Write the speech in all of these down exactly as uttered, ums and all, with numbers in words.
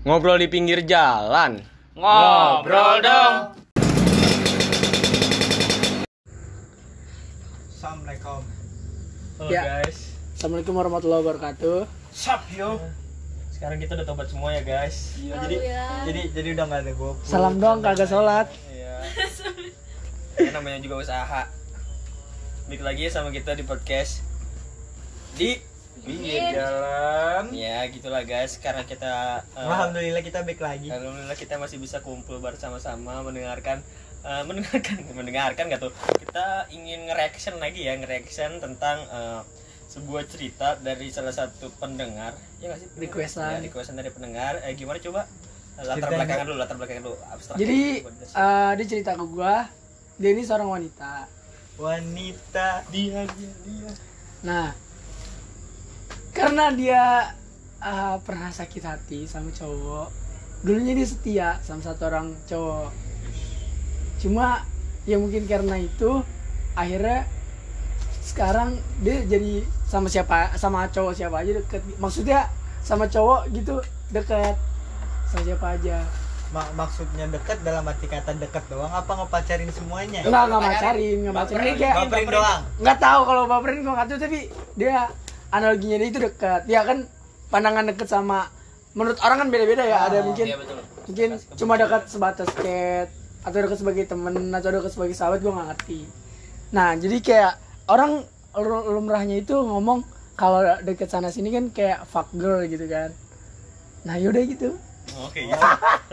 Ngobrol di pinggir jalan. Ngobrol dong. Assalamualaikum. Halo Ya. guys. Assalamualaikum warahmatullahi wabarakatuh. Sup yo. Sekarang kita udah tobat semua ya guys. Iya, jadi jadi jadi udah nggak ada gopur. Salam dong kagak sholat. Iya. Ya, namanya juga usaha. Balik lagi sama kita di podcast di pinggir jalan. Ya gitulah guys. Karena kita uh, Alhamdulillah kita back lagi. Alhamdulillah kita masih bisa kumpul bersama-sama mendengarkan uh, mendengarkan mendengarkan nggak tuh. Kita ingin nge-reaction lagi ya, nge-reaction tentang uh, sebuah cerita dari salah satu pendengar. Ya nggak sih? Requestan. Ya, requestan dari pendengar. Eh gimana coba? Latar Ceritanya. belakangan dulu, latar belakangan dulu. Abstrak. Jadi uh, dia cerita ke gua, dia ini seorang wanita. Wanita dia dia dia. Nah, karena dia uh, pernah sakit hati sama cowok, dulunya dia setia sama satu orang cowok. Cuma ya mungkin karena itu akhirnya sekarang dia jadi sama siapa, sama cowok siapa aja deket. Maksudnya sama cowok gitu deket, sama siapa aja. Ma- maksudnya dekat dalam arti kata dekat doang apa ngepacarin semuanya? Enggak, enggak macarin, enggak macarin. Ini kayak Baperin doang. nggak tahu kalau baperin gua nggak tahu, tapi dia analoginya dia itu dekat. Dia kan pandangan dekat sama, menurut orang kan beda-beda ya. Ada mungkin Iya betul. mungkin cuma dekat sebatas chat, atau dekat sebagai temen, atau dekat sebagai sahabat, gua nggak ngerti. Nah jadi kayak orang lumrahnya itu ngomong kalau deket sana sini kan kayak fuck girl gitu kan. Nah yaudah gitu. Oke gitu.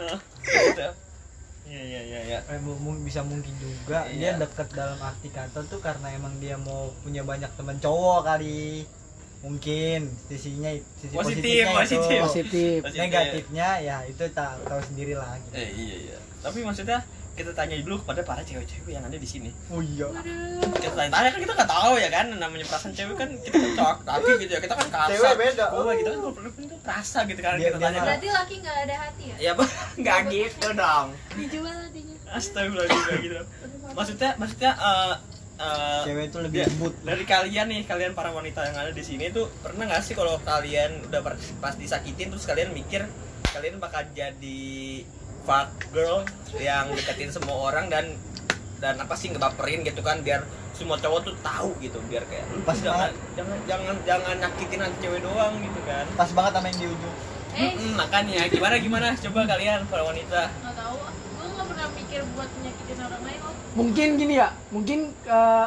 Gitu. Iya iya iya iya. Eh, mu- mu- bisa mungkin juga Iya. dia dekat dalam arti kata tuh karena emang dia mau punya banyak teman cowok kali. Mungkin sisinya sisi Positif, positifnya positif. itu. Positif. Positif. Negatifnya ya itu tak tahu sendiri lah gitu. Eh iya iya. Tapi maksudnya kita tanya dulu kepada para cewek-cewek yang ada di sini. Oh iya. Kita tanya kan kita nggak tahu ya kan, namanya perasaan cewek kan kita kan cowok laki gitu ya, kita kan kasar. Cewek beda. Oh gitu kan, kalau perempuan itu rasa gitu kan Dia- kita dia tanya. marah. Berarti laki nggak ada hati ya? Ya nggak gitu dong. Dijual hatinya. Astagfirullahaladzim gitu. Maksudnya maksudnya eh eh, Cewek itu lebih dia- lembut. dari kalian nih, kalian para wanita yang ada di sini tuh pernah nggak sih kalau kalian udah per- pas disakitin terus kalian mikir kalian bakal jadi fuck girl yang deketin semua orang dan dan apa sih ngebaperin gitu kan biar semua cowok tuh tahu gitu, biar kayak lu Pas jangan, banget. jangan jangan jangan nyakitin hati cewek doang gitu kan. Pas banget sama yang di ujung. Eh, Mm, makanya gimana gimana coba kalian para wanita. nggak tahu. Gue nggak pernah mikir buat menyakitin orang lain loh. Mungkin gini ya, mungkin uh,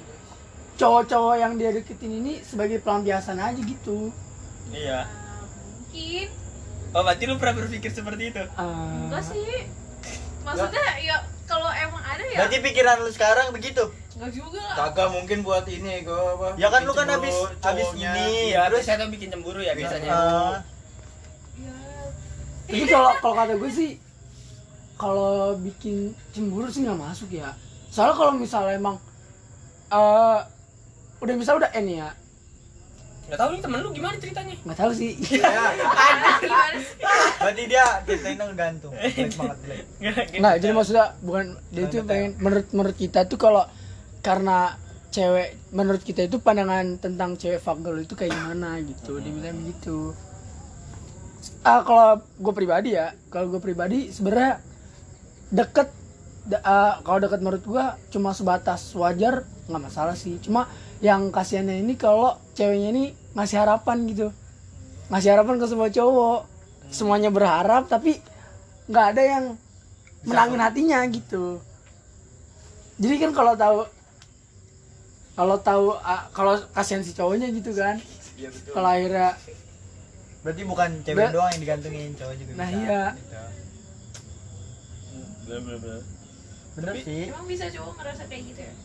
cowok-cowok yang dia deketin ini sebagai pelampiasan aja gitu. Iya. Nah, mungkin. Oh berarti lu pernah berpikir seperti itu? Uh, Enggak sih. Maksudnya ya kalau emang ada ya. Berarti pikiran lu sekarang begitu? Nggak juga lah. Kagak mungkin buat ini gua apa? Ya kan lu kan bikin habis cemburu habis cowoknya. ini. Iya, terus terus saya tuh bikin cemburu ya biasanya. eh, Ya. Tapi kalau kalau kata gue sih, kalau bikin cemburu sih nggak masuk ya. Soalnya kalau misalnya emang uh, udah misalnya udah end ya, Nggak tahu nih temen lu gimana ceritanya? nggak tahu sih. ya, Gimana sih? berarti dia ceritain ngegantung. Jelek banget jelek. Nggak, jadi maksudnya bukan dia itu Detail. pengen, menurut menurut kita tuh kalau karena cewek, menurut kita itu pandangan tentang cewek fuck girl itu kayak gimana gitu, dia bilang gitu. Ah kalau gue pribadi ya, kalau gue pribadi sebenarnya deket, da- ah, kalau deket menurut gue cuma sebatas wajar, nggak masalah sih. Cuma yang kasihannya ini kalau ceweknya ini ngasih harapan gitu, ngasih harapan ke semua cowok, semuanya berharap tapi nggak ada yang menangin hatinya gitu. Jadi kan kalau tahu kalau tahu ah, kalau kasihan si cowoknya gitu kan, Iya betul. kalau akhirnya Berarti bukan cewek Ber- doang yang digantungin, cowok juga Nah, bisa. iya. Gitu. Bener bener bener. Bener sih. Emang bisa cowok ngerasa kayak gitu ya?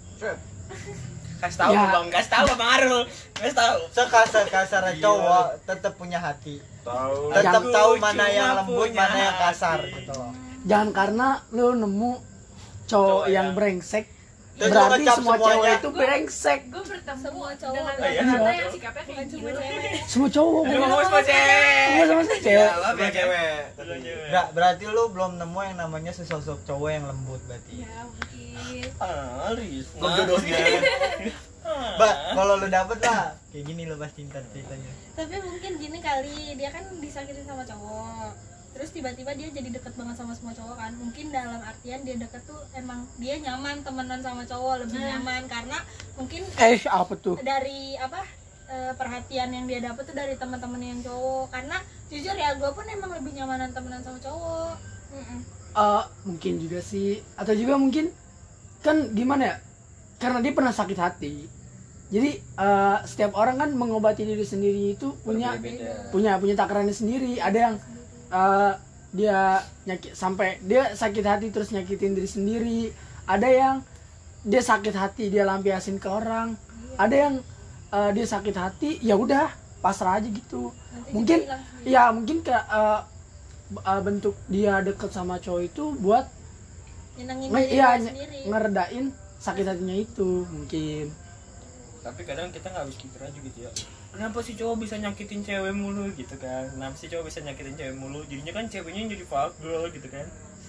Kasih tahu Ya. bang, kasih tahu bang Arul, kasih tahu. Sekasar kasar cowok tetap punya hati. Tahu. Tetap Aku tahu mana cuma yang lembut, punya mana yang kasar hati. gitu loh. jangan karena lu nemu cowok Cowok yang yang- brengsek Terus lu berarti ngecap semua semuanya. cewek itu brengsek. Gue bertemu Semua cowok. dengan Oh, iya. rata-rata yang sikapnya kayak gitu. Semua cowok. Lu ngomong sama cewek. Ngomong sama si cewek. Ya, maaf ya, Gua cewek. Lu cewek. Ber- berarti lu belum nemu yang namanya sesosok cowok yang lembut berarti. Ya mungkin. Ah, Aris. Kok jodohnya? Mbak, kalau lu dapet lah kayak gini lo pasti ntar ceritanya. Tapi mungkin gini kali, dia kan disakitin sama cowok, terus tiba-tiba dia jadi deket banget sama semua cowok kan. Mungkin dalam artian dia deket tuh emang dia nyaman temenan sama cowok, lebih nyaman karena mungkin Eh apa tuh? dari apa e, perhatian yang dia dapet tuh dari teman-teman yang cowok. Karena jujur ya gue pun emang lebih nyamanan temenan sama cowok. Mm-mm. Eh, mungkin juga sih, atau juga mungkin kan gimana ya, karena dia pernah sakit hati, jadi eh, setiap orang kan mengobati diri sendiri itu punya Berbeda. punya punya takarannya sendiri. Ada yang eh, dia nyakit sampai dia sakit hati terus nyakitin diri sendiri, ada yang dia sakit hati dia lampiasin ke orang, ada yang eh, dia sakit hati ya udah pasrah aja gitu. Nanti Mungkin juga hilang sendiri. ya mungkin ke eh, uh, bentuk dia deket sama cowok itu buat Nyenengin nge- diri iya, dia nye- sendiri. ngeredain sakit hatinya itu mungkin. Tapi kadang kita nggak habis pikir aja gitu ya, kenapa sih cowok bisa nyakitin cewek mulu gitu kan, kenapa sih cowok bisa nyakitin cewek mulu, jadinya kan ceweknya yang jadi fuck girl gitu kan.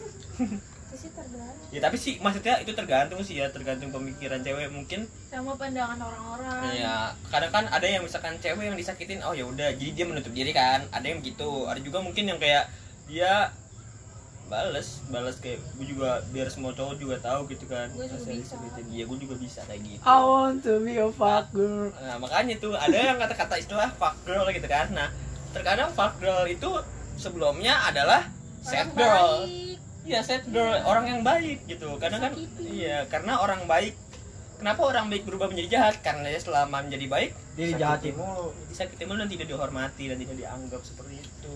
Itu sih tergantung. Ya tapi sih maksudnya itu tergantung sih ya, tergantung pemikiran cewek mungkin. sama pandangan orang-orang. Ya kadang kan ada yang misalkan cewek yang disakitin, oh ya udah jadi dia menutup diri kan, ada yang gitu. Ada juga mungkin yang kayak dia bales bales kayak gue juga biar semua cowok juga tahu gitu kan. Gue juga Rasanya bisa. disakitin. Iya gue juga bisa kayak gitu. I want to be a fuck girl. Nah makanya tuh ada yang kata-kata istilah fuck girl gitu kan. Nah terkadang fuck girl itu sebelumnya adalah sad Orang girl. baik. Iya sad girl, orang yang baik gitu. Karena kan iya karena orang baik. Kenapa orang baik berubah menjadi jahat? Karena dia selama menjadi baik Dia dijahatin mulu. disakiti mulu dan tidak dihormati dan tidak dianggap seperti itu.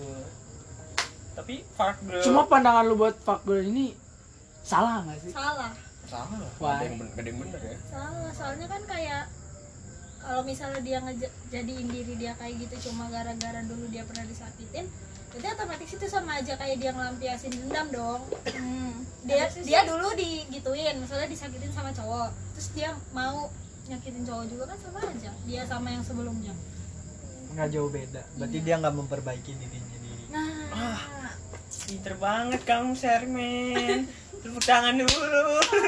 Tapi fuck girl Cuma pandangan lu buat fuck girl ini salah nggak sih? Salah. salah lah. Why? Ada yang bener, ada yang bener ya. Salah, soalnya kan kayak kalau misalnya dia ngejadiin diri dia kayak gitu cuma gara-gara dulu dia pernah disakitin, jadi otomatis itu sama aja kayak dia ngelampiasin dendam dong. Hmm. Dia Ada sih dia sih. dulu digituin, misalnya disakitin sama cowok, terus dia mau nyakitin cowok juga kan sama aja. Dia sama yang sebelumnya. Nggak jauh beda. Berarti dia nggak memperbaiki dirinya diri. Nah, Pinter banget kamu Sherman. Tepuk tangan dulu.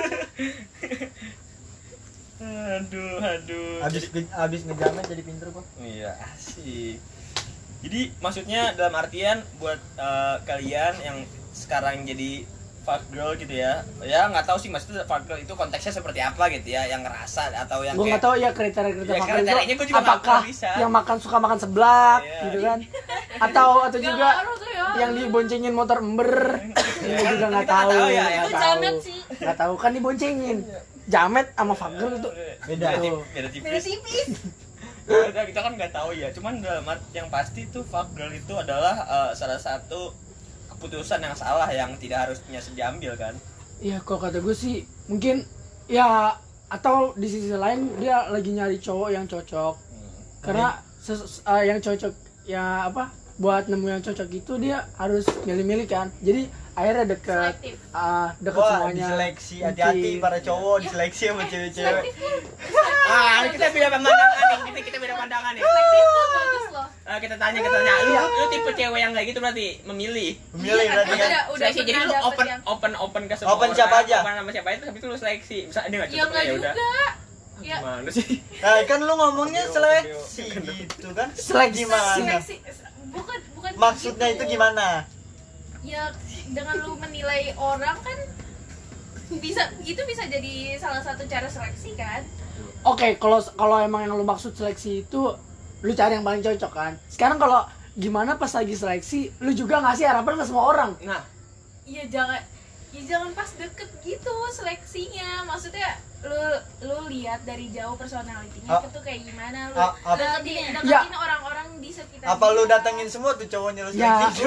Aduh, aduh. Abis ge- abis ngejamin jadi pinter kok. Iya, asik. Jadi maksudnya dalam artian buat eh, kalian yang sekarang jadi fuck girl gitu ya. Ya nggak tahu sih maksudnya fuck girl itu konteksnya seperti apa gitu ya, yang ngerasa atau yang Gue nggak kayak tahu ya kriteria-kriteria Ya, makan kriterianya itu gua juga nggak apakah bisa. yang makan suka makan seblak Iya. gitu kan, atau atau Gak juga ngaruh tuh ya. yang diboncengin motor ember. Ya, Gue kan juga nggak kita tahu. nggak tahu ya, ya. nggak itu tahu. jamet sih. Nggak tahu kan diboncengin. Jamet sama fuck girl itu Beda. Tuh. Beda Beda tipis. tipis. Kita, kita kan nggak tahu ya. Cuman dalam art yang pasti tuh fuck girl itu adalah eh, salah satu keputusan yang salah yang tidak harusnya diambil kan. Iya, kok kata gue sih mungkin ya, atau di sisi lain dia lagi nyari cowok yang cocok. Karena ses- uh, yang cocok ya apa buat nemu yang cocok itu dia harus milih-milih kan. Jadi akhirnya deket Selektif. uh, deket Wah, semuanya. diseleksi. Hati-hati Mungkin. para cowok diseleksi sama cewek-cewek. Ah, kita beda pandangan nih. Kita kita beda pandangan nih. Selektif tuh bagus loh. Ah, kita tanya kita tanya. Lu, lu tipe cewek yang kayak gitu berarti memilih. Memilih Iya, berarti kan. udah, udah Seleksi. Jadi pernah lu dapet open yang- open open ke semua Open orang, siapa aja? Open sama siapa itu tapi itu lu seleksi. Misal dia enggak Ya cocok enggak ya udah. juga. Ya, Gimana sih? Nah, kan lu ngomongnya Video, seleksi video. gitu kan. Seleksi. Gimana? seleksi bukan bukan Maksudnya gitu. itu gimana? Ya dengan lu menilai orang kan bisa itu bisa jadi salah satu cara seleksi kan. Oke, kalau kalau emang yang lu maksud seleksi itu lu cari yang paling cocok kan. Sekarang kalau gimana pas lagi seleksi lu juga ngasih harapan ke semua orang. Nah, Ya jangan ya jangan pas deket gitu seleksinya. Maksudnya lu lu lihat dari jauh personalitinya Ah. itu kayak gimana lu Ah, ah. deketin, Ya. deketin orang-orang di sekitar Apa lu dia. datengin semua tuh cowoknya lu Ya, seleksi?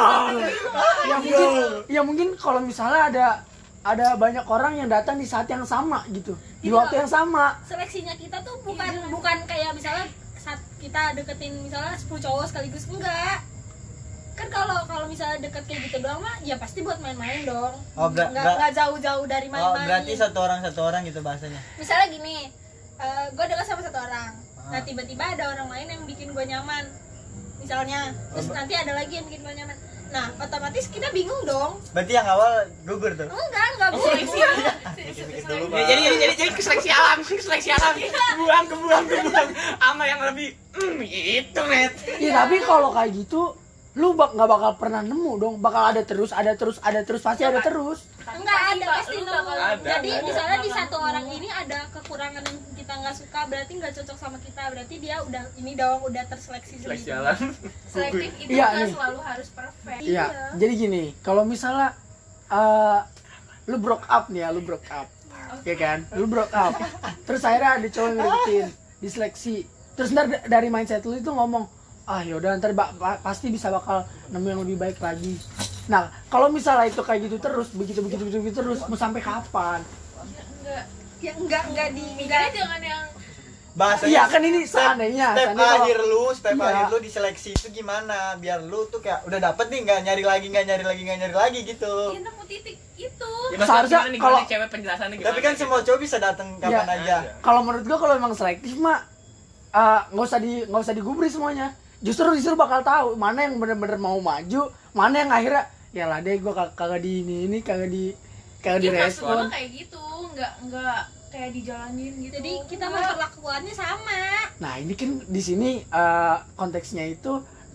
ya mungkin ya mungkin kalau misalnya ada ada banyak orang yang datang di saat yang sama gitu, di Jadi waktu kalau- yang sama. Seleksinya kita tuh bukan Iya. bukan kayak misalnya saat kita deketin misalnya sepuluh cowok sekaligus, enggak. Kan kalau kalau misalnya deket kayak gitu doang mah ya pasti buat main-main dong. Oh, ber- Nggak ber- nggak jauh-jauh dari Oh, main-main. berarti satu orang satu orang gitu bahasanya. Misalnya gini, gue deket sama satu orang. Nah Ah. tiba-tiba ada orang lain yang bikin gue nyaman. Misalnya, terus Oh, nanti ada lagi yang bikin gue nyaman. Nah, otomatis kita bingung dong. Berarti yang awal gugur tuh. Enggak, enggak bisa Seleksi bingung. lu, Mikir-mikir seleksi. dulu, Ya, jadi jadi jadi jadi seleksi alam, seleksi alam. Buang kebuang kebuang sama yang lebih hmm, itu net. Iya, tapi kalau kayak gitu lu bak nggak bakal pernah nemu dong, bakal ada terus ada terus ada terus pasti ada terus. Enggak ada pasti lu nemu. bakal- Ada, Jadi ada. misalnya di satu orang ini ada kekurangan yang kita nggak suka, berarti nggak cocok sama kita, berarti dia udah ini dong udah terseleksi Seleksi sendiri. alam. Selektif itu Iya, nggak nih. selalu harus perfect. Iya, jadi gini, kalau misalnya eh, lu broke up nih ya, lu broke up, ya kan, lu broke up, terus akhirnya ada cowok yang ngedeketin, diseleksi, terus ntar d- dari mindset lu itu ngomong, ah yaudah ntar ba- ba- pasti bisa bakal nemu yang lebih baik lagi. Nah, kalau misalnya itu kayak gitu terus, begitu begitu begitu, begitu terus, mau sampai kapan? Ya, enggak. Ya enggak enggak di Mikirnya enggak jangan yang Bahasanya Iya kan ini step- seandainya, step seandainya kalau- akhir lu, step Iya. akhir lu di seleksi itu gimana? Biar lu tuh kayak udah dapet nih, nggak nyari lagi, nggak nyari lagi, nggak nyari lagi gitu. ya nemu titik itu. Ya, maksudnya Seharusnya gimana nih, kalau- gimana cewek penjelasannya gimana? Tapi kan gitu? semua cowok bisa datang kapan Iya. aja. Kalau menurut gua kalau emang selektif mah eh, nggak usah di nggak usah digubris semuanya. Justru disuruh bakal tahu mana yang bener-bener mau maju, mana yang akhirnya ya lah deh gua kag- kagak di ini ini kagak di kagak Ya, maksud gua direspon. kayak gitu, nggak nggak kayak dijalanin gitu. jadi kita mah perlakuannya sama. Nah ini kan di sini eh, konteksnya itu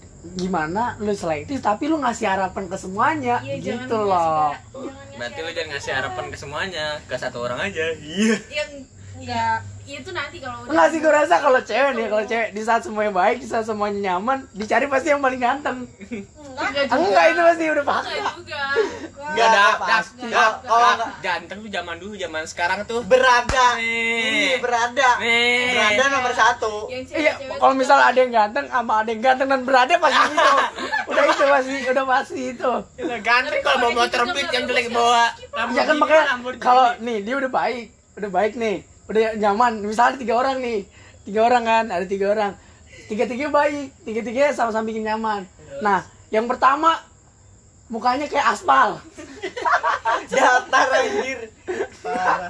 gimana lu selektif tapi lu ngasih harapan ke semuanya Iya, jangan gitu ngasih loh. kayak- jangan ngasih Berarti lu harapan jangan ngasih ke harapan orang. ke semuanya, ke satu orang aja. Iya. Yang Enggak. ya itu nanti kalau udah Enggak sih gue rasa kalau cewek nih, kalau cewek di saat semuanya baik, di saat semuanya nyaman, dicari pasti yang paling ganteng. Enggak. Enggak, itu pasti udah fakta. Enggak juga. Nggak Ada, pasti. ada, Kalau- kalau nggak- ganteng tuh zaman dulu, zaman sekarang tuh. Berada. Nih. Ini berada. Nih. Berada nomor satu. Yang Iya, cewek-cewek kalau tuh- misalnya ada yang ganteng sama ada yang ganteng dan berada pasti itu. Udah itu pasti, udah pasti itu. Ya, ganteng Tapi kalau kalau bawa dia motor juga beat nggak yang jelek bagus, bawa. Ya kan makanya kalau nih dia udah baik, udah baik nih, udah nyaman. Misalnya tiga orang nih, tiga orang kan, ada tiga orang, tiga-tiga baik, tiga-tiganya sama-sama bikin nyaman. Nah, yang pertama mukanya kayak aspal. Datar anjir. Parah.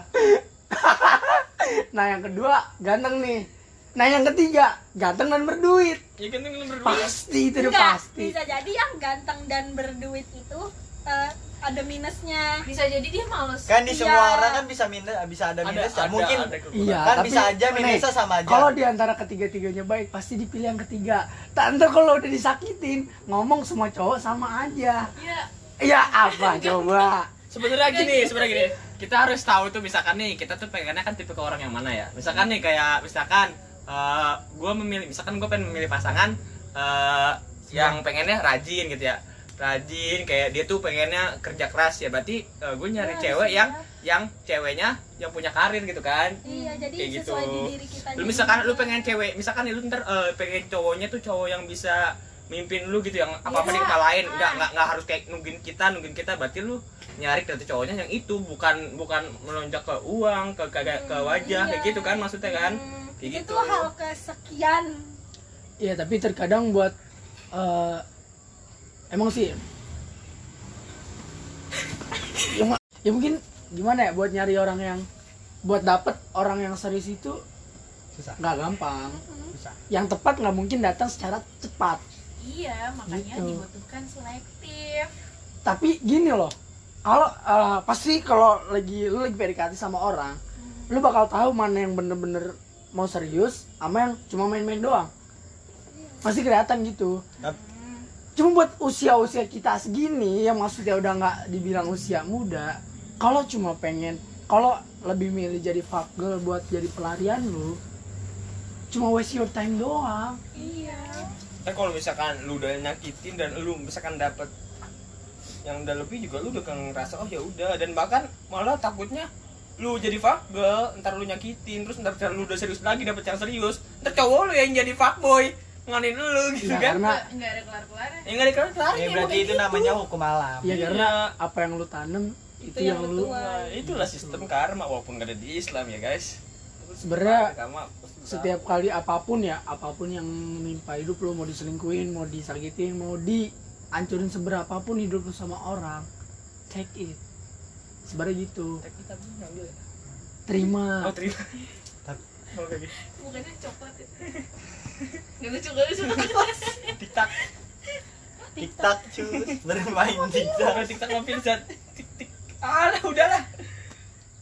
Nah, yang kedua ganteng nih. Nah, yang ketiga ganteng dan berduit. Ya kan lu berdua. Pasti itu udah Enggak, pasti. bisa jadi yang ganteng dan berduit itu eh, ada minusnya. bisa jadi dia males. Kan di Iya. semua orang kan bisa minus, bisa ada Ada, minus. ada, Mungkin ada kekurangan. Iya, kan tapi bisa aja nih, minusnya sama aja. Kalau di antara ketiga-tiganya baik, pasti dipilih yang ketiga. Tak ntar kalau udah disakitin, ngomong semua cowok sama aja. Ya, Ya apa coba? Sebenarnya gini, sebenarnya gini. Kita harus tahu tuh misalkan nih, kita tuh pengennya kan tipe ke orang yang mana ya. Misalkan nih kayak misalkan eh gue memilih, misalkan gue pengen memilih pasangan eh yang pengennya rajin gitu ya. Rajin kayak dia tuh pengennya kerja keras ya. Berarti gue nyari Ya, cewek iya. yang yang ceweknya yang punya karir gitu kan. Iya, jadi Kayak gitu. sesuai di diri kita. Lu misalkan lu pengen cewek, misalkan lu ntar eh, pengen cowoknya tuh cowok yang bisa mimpin lu gitu, yang apa-apa Iya. dikepalain, Ah. nggak nggak nggak harus kayak nungguin kita nungguin kita berarti lu nyari dari cowoknya yang itu, bukan bukan melonjak ke uang, ke ke, ke wajah kayak Iya. gitu kan maksudnya kan. Hmm, Kayak itu gitu. hal kesekian. Iya tapi terkadang buat eh, emang sih ya, ma- ya mungkin gimana ya buat nyari orang yang buat dapet orang yang serius itu Susah. nggak gampang. Susah. Yang tepat nggak mungkin datang secara cepat. iya, makanya Gitu. dibutuhkan selektif. Tapi gini loh, kalau eh, pasti kalau lagi lu lagi P D K T sama orang, lu bakal tahu mana yang bener-bener mau serius sama yang cuma main-main doang. Pasti kelihatan gitu. Cuma buat usia-usia kita segini, yang maksudnya udah nggak dibilang usia muda, kalau cuma pengen, kalau lebih milih jadi fuck girl buat jadi pelarian lu, cuma waste your time doang. Iya. Tapi kalau misalkan lu udah nyakitin dan lu misalkan dapet yang udah lebih juga lu udah kan ngerasa oh ya udah, dan bahkan malah takutnya lu jadi fuckgirl, ntar lu nyakitin, terus ntar lu udah serius lagi dapet yang serius, ntar cowok lu yang jadi fuckboy nganin lu gitu Ya, kan. karena Nggak, nggak ada kelar-kelarnya. Ya nggak dikelar kelar Ya berarti itu namanya hukum alam. ya Iya. karena apa yang lu tanam itu, yang, yang lu lu Nah, itulah sistem karma walaupun gak ada di Islam ya guys. sebenarnya Karma, setiap kali apapun ya, apapun yang menimpa hidup lu, mau diselingkuhin, mau disakitin, mau dihancurin seberapapun hidup lu sama orang, take it. Sebenarnya gitu. kita ngambil ya. Terima. Oh terima. Oh, kayak gitu. Bukannya coklat ya. Nggak lucu, nggak lucu. Tiktak. Tiktak cus, bermain tiktak. Tiktak tiktak mobil zat. Tik tik. Alah udahlah.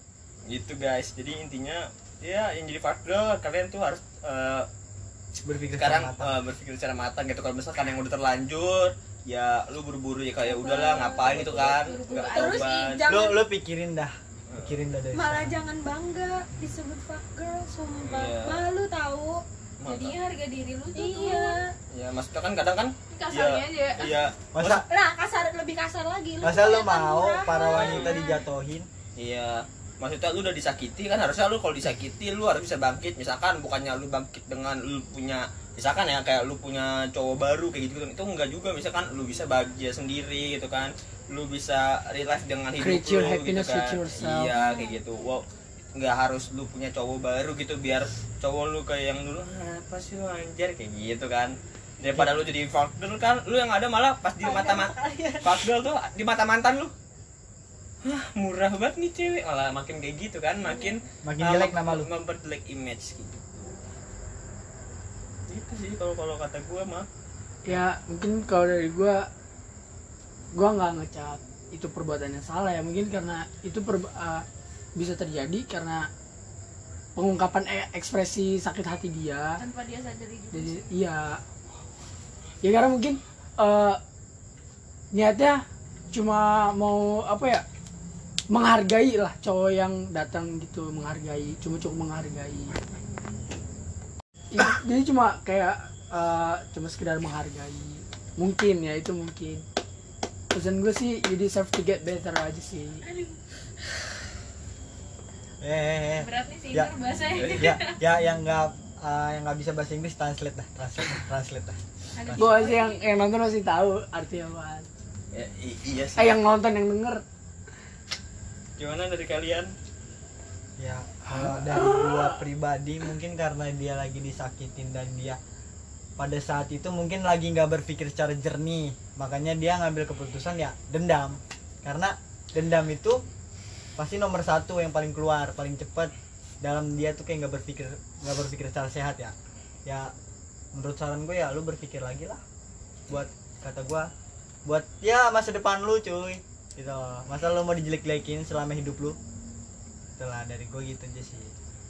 Gitu guys, jadi intinya ya yang jadi fuck girl kalian tuh harus uh, Berpikir sekarang secara matang. uh, berpikir secara matang gitu. Kalau misalkan yang udah terlanjur ya lu buru-buru ya kayak udahlah ngapain gitu kan, nggak Terus tobat. jangan Lu lu pikirin dah. Pikirin dah dari malah sekarang. jangan bangga disebut fuck girl, sumpah. Iya. Malu tahu. Jadinya harga diri lu tuh Iya. Ya maksudnya kan kadang kan kasarnya aja. iya Masa Nah, kasar lebih kasar lagi. masa lu kelihatan mau murahan. para wanita dijatohin? iya maksudnya lu udah disakiti kan, harusnya lu kalau disakiti lu harus bisa bangkit. Misalkan bukannya lu bangkit dengan lu punya, misalkan ya kayak lu punya cowok baru kayak gitu, itu enggak juga. Misalkan lu bisa bahagia sendiri gitu kan, lu bisa relax dengan hidup Create your lu happiness gitu kan. with yourself. Iya kayak gitu. Wow, nggak harus lu punya cowok baru gitu biar cowok lu kayak yang dulu "Ah, apa sih lu anjir" kayak gitu kan. Daripada lu jadi fuck girl kan, lu yang ada malah pas di mata mata fuck girl tuh di mata mantan lu, ah murah banget nih cewek, malah makin kayak gitu kan, makin Makin ah, jelek mem- nama lu. memperjelek image gitu. Gitu sih kalau kalau kata gua mah. Ya mungkin kalau dari gua gua nggak ngecap itu perbuatan yang salah ya, mungkin karena itu per, uh, bisa terjadi karena pengungkapan e- ekspresi sakit hati dia. Tanpa dia sadari juga. Jadi iya ya karena mungkin uh, niatnya cuma mau apa ya, menghargai lah cowok yang datang gitu, menghargai, cuma cukup menghargai. I- jadi cuma kayak uh, cuma sekedar menghargai, mungkin ya itu mungkin. Pesan gue sih you deserve to get better aja sih. Eh, eh, eh. Berat nih sih Ya. bahasanya. ya ya yang nggak uh, yang nggak bisa bahasa Inggris translate dah, translate translate dah. Aduh. Gue sih yang yang nonton masih tahu artinya apaan. Ya, i- iya sih. Eh yang nonton yang denger. Gimana dari kalian? Ya kalau dari gua pribadi mungkin karena dia lagi disakitin dan dia pada saat itu mungkin lagi nggak berpikir secara jernih, makanya dia ngambil keputusan ya dendam. Karena dendam itu pasti nomor satu yang paling keluar paling cepet dalam dia tuh, kayak nggak berpikir nggak berpikir secara sehat ya. Ya menurut saran gue ya lu berpikir lagi lah, buat kata gua buat ya masa depan lu cuy gitu. Masa lu mau dijelek-jelekin selama hidup lu? Itulah dari gue gitu aja sih.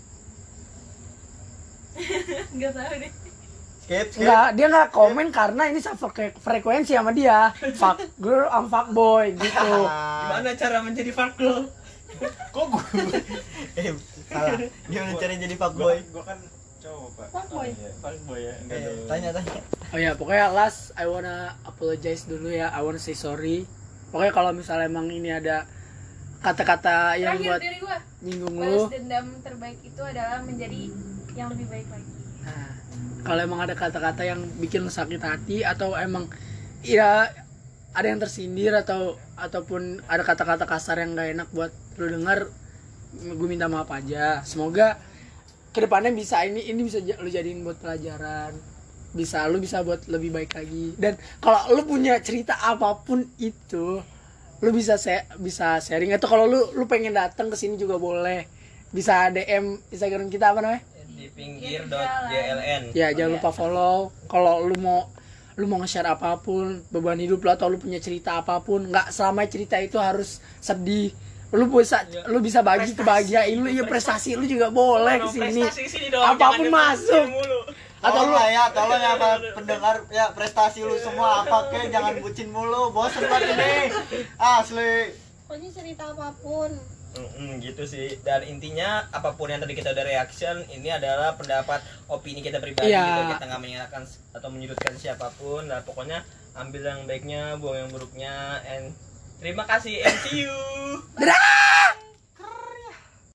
Enggak tahu deh. Skip, skip. Enggak, dia nggak komen karena ini satu frek- frekuensi sama dia. Fuck girl, I'm fuck boy gitu. Gimana cara menjadi fuck girl? Kok gue? eh, salah. Gimana cara jadi fuckboy? Gua kan cowok, Pak. Fuckboy. Oh, iya. Fuckboy ya. Enggak Eh, dong. tanya tanya. Oh ya, pokoknya last I wanna apologize dulu ya. I wanna say sorry. Pokoknya kalau misalnya emang ini ada kata-kata yang Terakhir buat dari gua, nyinggung lu, balas dendam terbaik itu adalah menjadi yang lebih baik lagi. nah, kalau emang ada kata-kata yang bikin lu sakit hati atau emang ya ada yang tersindir atau ataupun ada kata-kata kasar yang gak enak buat lu dengar, gue minta maaf aja. Semoga kedepannya bisa ini ini bisa j- lu jadiin buat pelajaran, bisa lu bisa buat lebih baik lagi. Dan kalau lu punya cerita apapun itu, lu bisa se- bisa sharing, atau kalau lu lu pengen datang ke sini juga boleh, bisa D M Instagram kita apa namanya Di pinggir dot J L N. ya. Jangan lupa follow. Kalau lu mau lu mau nge-share apapun beban hidup lu atau lu punya cerita apapun, nggak selama cerita itu harus sedih. Lu bisa lu bisa bagi kebahagiaan lu, ya prestasi lu juga boleh ke sini. Apapun masuk. Atau Tolong lu lah ya, tolong ya para pendengar ya, prestasi lu semua apa kek, jangan bucin mulu, bosen banget ini. Asli. Pokoknya cerita apapun. Mm, gitu sih. Dan intinya apapun yang tadi kita udah reaction, ini adalah pendapat opini kita pribadi Iya. gitu. Kita nggak menyalahkan s- atau menyudutkan siapapun. Nah pokoknya ambil yang baiknya, buang yang buruknya. And terima kasih and see you. Dadah!